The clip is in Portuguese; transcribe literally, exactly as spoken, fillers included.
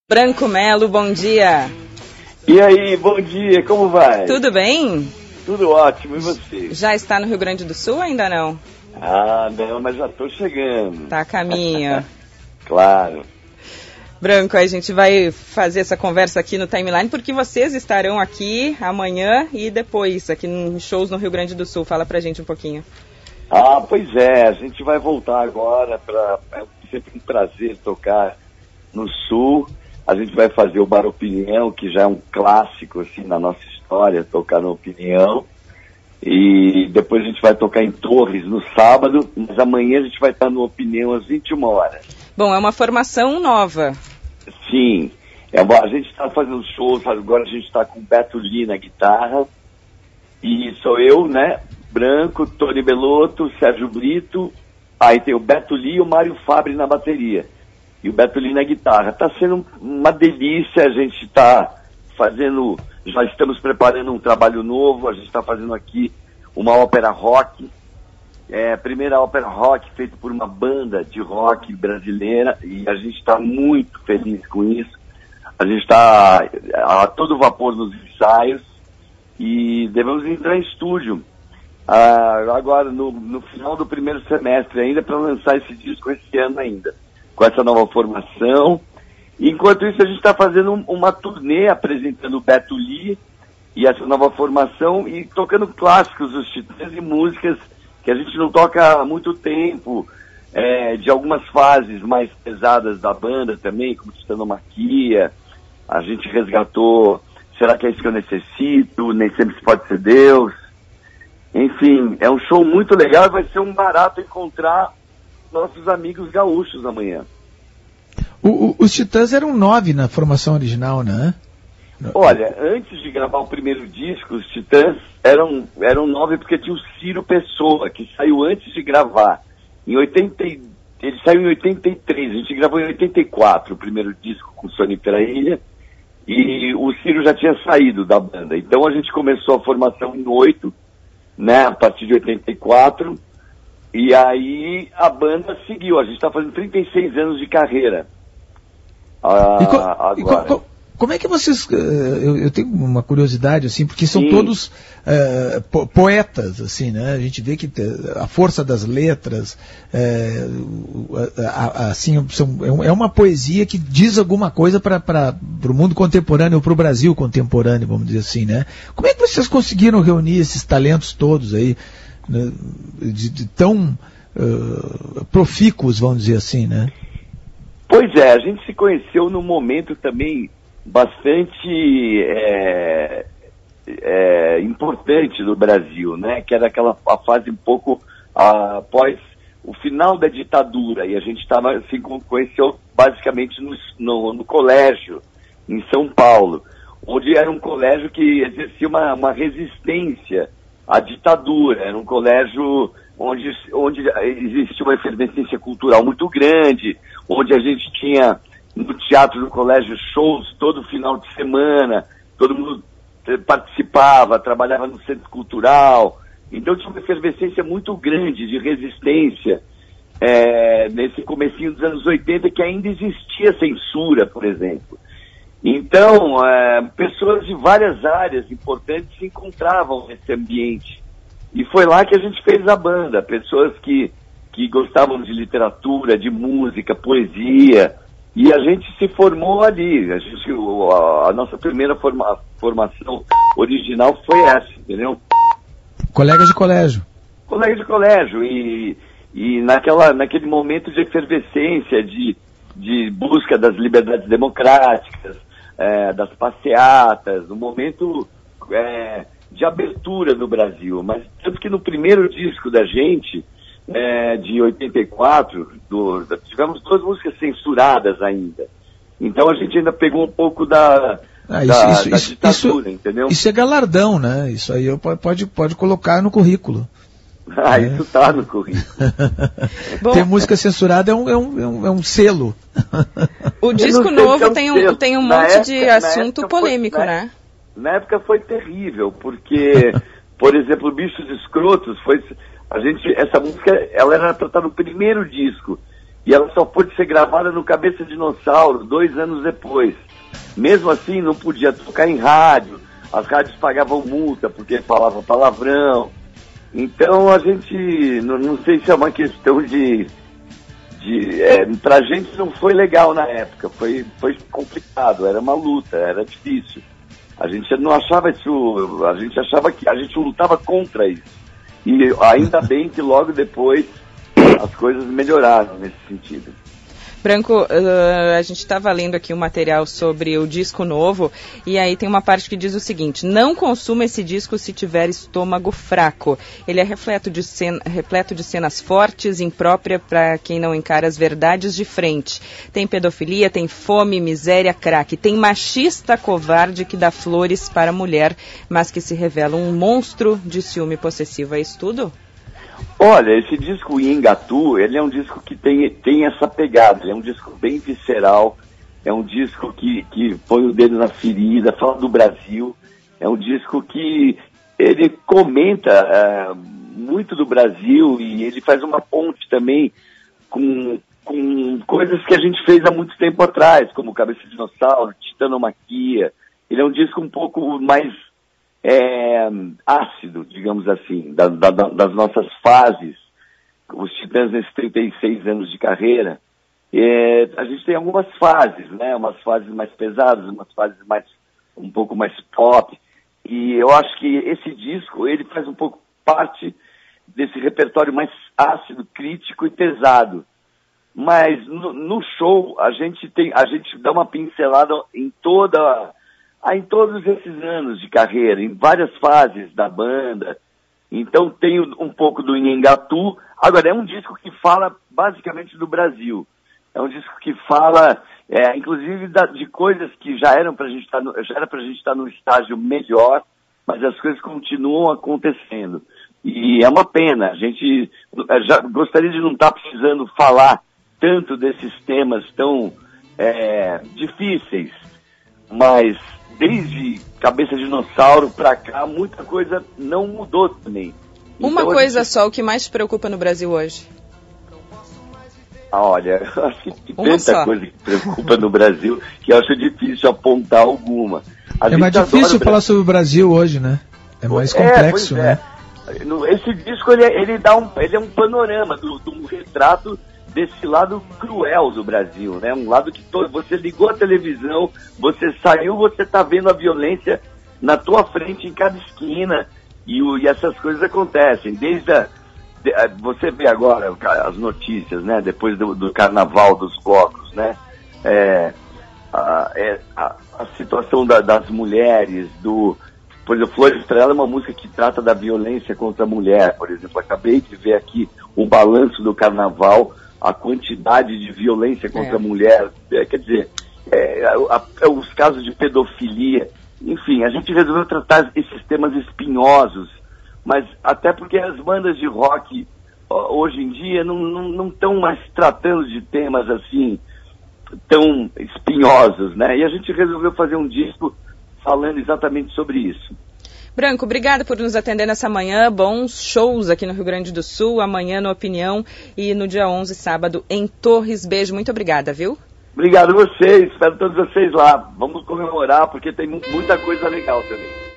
Branco Melo, bom dia. E aí, bom dia, como vai? Tudo bem? Tudo ótimo, e você? Já está no Rio Grande do Sul ou ainda não? Ah, não, mas já estou chegando. Tá a caminho. Claro. Branco, a gente vai fazer essa conversa aqui no Timeline, porque vocês estarão aqui amanhã e depois, aqui em shows no Rio Grande do Sul. Fala pra gente um pouquinho. Ah, pois é, a gente vai voltar agora para... É sempre um prazer tocar no Sul. A gente vai fazer o Bar Opinião, que já é um clássico, assim, na nossa história, tocar no Opinião. E depois a gente vai tocar em Torres no sábado, mas amanhã a gente vai estar no Opinião às vinte e uma horas. Bom, é uma formação nova. Sim, é, a gente está fazendo shows, agora a gente está com o Beto Lee na guitarra, e sou eu, né, Branco, Tony Belotto, Sérgio Brito, aí tem o Beto Lee e o Mário Fabre na bateria, e o Beto Lee na guitarra. Está sendo uma delícia, a gente está fazendo, já estamos preparando um trabalho novo, a gente está fazendo aqui uma ópera rock, é a primeira ópera rock feita por uma banda de rock brasileira, e a gente está muito feliz com isso. A gente está a todo vapor nos ensaios e devemos entrar em estúdio ah, agora no, no final do primeiro semestre ainda, para lançar esse disco esse ano ainda, com essa nova formação. E, enquanto isso, a gente está fazendo um, uma turnê apresentando o Beto Lee e essa nova formação e tocando clássicos dos Titãs e músicas que a gente não toca há muito tempo, é, de algumas fases mais pesadas da banda também, como Titanomaquia. A gente resgatou Será que é isso que eu necessito? Nem sempre se pode ser Deus. Enfim, é um show muito legal e vai ser um barato encontrar nossos amigos gaúchos amanhã. O, o, os Titãs eram nove na formação original, né? Olha, antes de gravar o primeiro disco, os Titãs eram, eram nove porque tinha o Ciro Pessoa, que saiu antes de gravar. Em oitenta, ele saiu em oitenta e três, a gente gravou em oitenta e quatro o primeiro disco com Sony pela Ilha, e o Ciro já tinha saído da banda. Então a gente começou a formação em oito, né, a partir de oitenta e quatro, e aí a banda seguiu. A gente está fazendo trinta e seis anos de carreira. Ah, e co- agora. E co- co- como é que vocês... Uh, eu, eu tenho uma curiosidade, assim, porque são Sim. todos uh, po- poetas, assim, né? A gente vê que a força das letras, uh, assim, são, é uma poesia que diz alguma coisa para o mundo contemporâneo, ou para o Brasil contemporâneo, vamos dizer assim, né? Como é que vocês conseguiram reunir esses talentos todos aí, né, de, de tão uh, profícuos, vamos dizer assim, né? Pois é, a gente se conheceu num momento também bastante é, é, importante do Brasil, né? Que era aquela a fase um pouco ah, após o final da ditadura, e a gente estava se conheceu basicamente no, no, no colégio em São Paulo, onde era um colégio que exercia uma, uma resistência à ditadura. Era um colégio onde, onde existia uma efervescência cultural muito grande, onde a gente tinha no teatro do colégio shows todo final de semana, todo mundo participava, trabalhava no centro cultural. Então tinha uma efervescência muito grande de resistência é, nesse comecinho dos anos oitenta, que ainda existia censura, por exemplo. Então, é, pessoas de várias áreas importantes se encontravam nesse ambiente. E foi lá que a gente fez a banda. Pessoas que, que gostavam de literatura, de música, poesia. E a gente se formou ali. A, gente, a, a nossa primeira forma, formação original foi essa, entendeu? Colegas de colégio. Colegas de colégio. E, e naquela, naquele momento de efervescência, de, de busca das liberdades democráticas, é, das passeatas, um momento é, de abertura no Brasil. Mas tanto que no primeiro disco da gente, É, de oitenta e quatro, do, tivemos duas músicas censuradas ainda. Então a gente ainda pegou um pouco da, ah, isso, da, isso, da isso, ditadura, isso, entendeu? Isso é galardão, né? Isso aí eu pode, pode colocar no currículo. Ah, é. Isso tá no currículo. Bom, ter música censurada é um, é um, é um, é um selo. O disco novo é um tem, um, tem um monte época, de assunto polêmico, foi, né? Na época foi terrível, porque, por exemplo, Bichos Escrotos foi... A gente, essa música, ela era tratada no primeiro disco. e ela só pôde ser gravada no Cabeça de Dinossauro dois anos depois. Mesmo assim, não podia tocar em rádio, as rádios pagavam multa porque falava palavrão. Então a gente, não, não sei se é uma questão de... de é, pra gente não foi legal na época, foi, foi complicado, era uma luta, era difícil. A gente não achava isso, a gente achava que a gente lutava contra isso. E ainda bem que logo depois as coisas melhoraram nesse sentido. Branco, uh, a gente estava lendo aqui um material sobre o disco novo, e aí tem uma parte que diz o seguinte: não consuma esse disco se tiver estômago fraco. Ele é repleto de, cena, repleto de cenas fortes, imprópria para quem não encara as verdades de frente. Tem pedofilia, tem fome, miséria, crack. Tem machista covarde que dá flores para a mulher, mas que se revela um monstro de ciúme possessivo. É isso tudo? Olha, esse disco Nhengatu, ele é um disco que tem, tem essa pegada, ele é um disco bem visceral, é um disco que, que põe o dedo na ferida, fala do Brasil, é um disco que ele comenta é, muito do Brasil e ele faz uma ponte também com, com coisas que a gente fez há muito tempo atrás, como Cabeça de Dinossauro, Titanomaquia. Ele é um disco um pouco mais... É, ácido, digamos assim, da, da, das nossas fases. Os Titãs, nesses trinta e seis anos de carreira, é, a gente tem algumas fases, né? Umas fases mais pesadas, umas fases mais, um pouco mais pop, e eu acho que esse disco, ele faz um pouco parte desse repertório mais ácido, crítico e pesado. Mas no, no show, a gente tem, a gente dá uma pincelada em toda... Ah, em todos esses anos de carreira, em várias fases da banda. Então tem um pouco do Nhengatu. Agora, é um disco que fala basicamente do Brasil. É um disco que fala, é, inclusive, da, de coisas que já eram pra gente estar no, já era pra gente estar num estágio melhor, mas as coisas continuam acontecendo. E é uma pena. A gente já gostaria de não estar precisando falar tanto desses temas tão é, difíceis, mas desde Cabeça de Dinossauro pra cá, muita coisa não mudou também. Uma então, coisa gente... só, o que mais te preocupa no Brasil hoje? Ah, olha, eu acho que tem Uma tanta só. coisa que preocupa no Brasil que eu acho difícil apontar alguma. A É gente mais adora difícil o falar sobre o Brasil hoje, né? É mais complexo, é, né? É. No- Esse disco, ele, ele, dá um, ele é um panorama do, do um retrato desse lado cruel do Brasil, né? Um lado que todo, você ligou a televisão, você saiu, você tá vendo a violência na tua frente em cada esquina e, o, e essas coisas acontecem. Desde a, de, a, você vê agora as notícias, né? Depois do, do carnaval dos blocos, né? É, a, é, a, a situação da, das mulheres, do... Por exemplo, Flores para Ela é uma música que trata da violência contra a mulher, por exemplo. Acabei de ver aqui o balanço do carnaval, a quantidade de violência contra É. a mulher, é, quer dizer, é, a, a, os casos de pedofilia. Enfim, a gente resolveu tratar esses temas espinhosos, mas até porque as bandas de rock, ó, hoje em dia, não estão mais tratando de temas assim, tão espinhosos, né? E a gente resolveu fazer um disco falando exatamente sobre isso. Branco, obrigada por nos atender nessa manhã. Bons shows aqui no Rio Grande do Sul, amanhã no Opinião e no dia onze, sábado, em Torres. Beijo, muito obrigada, viu? Obrigado a vocês, espero todos vocês lá. Vamos comemorar, porque tem mu- muita coisa legal também.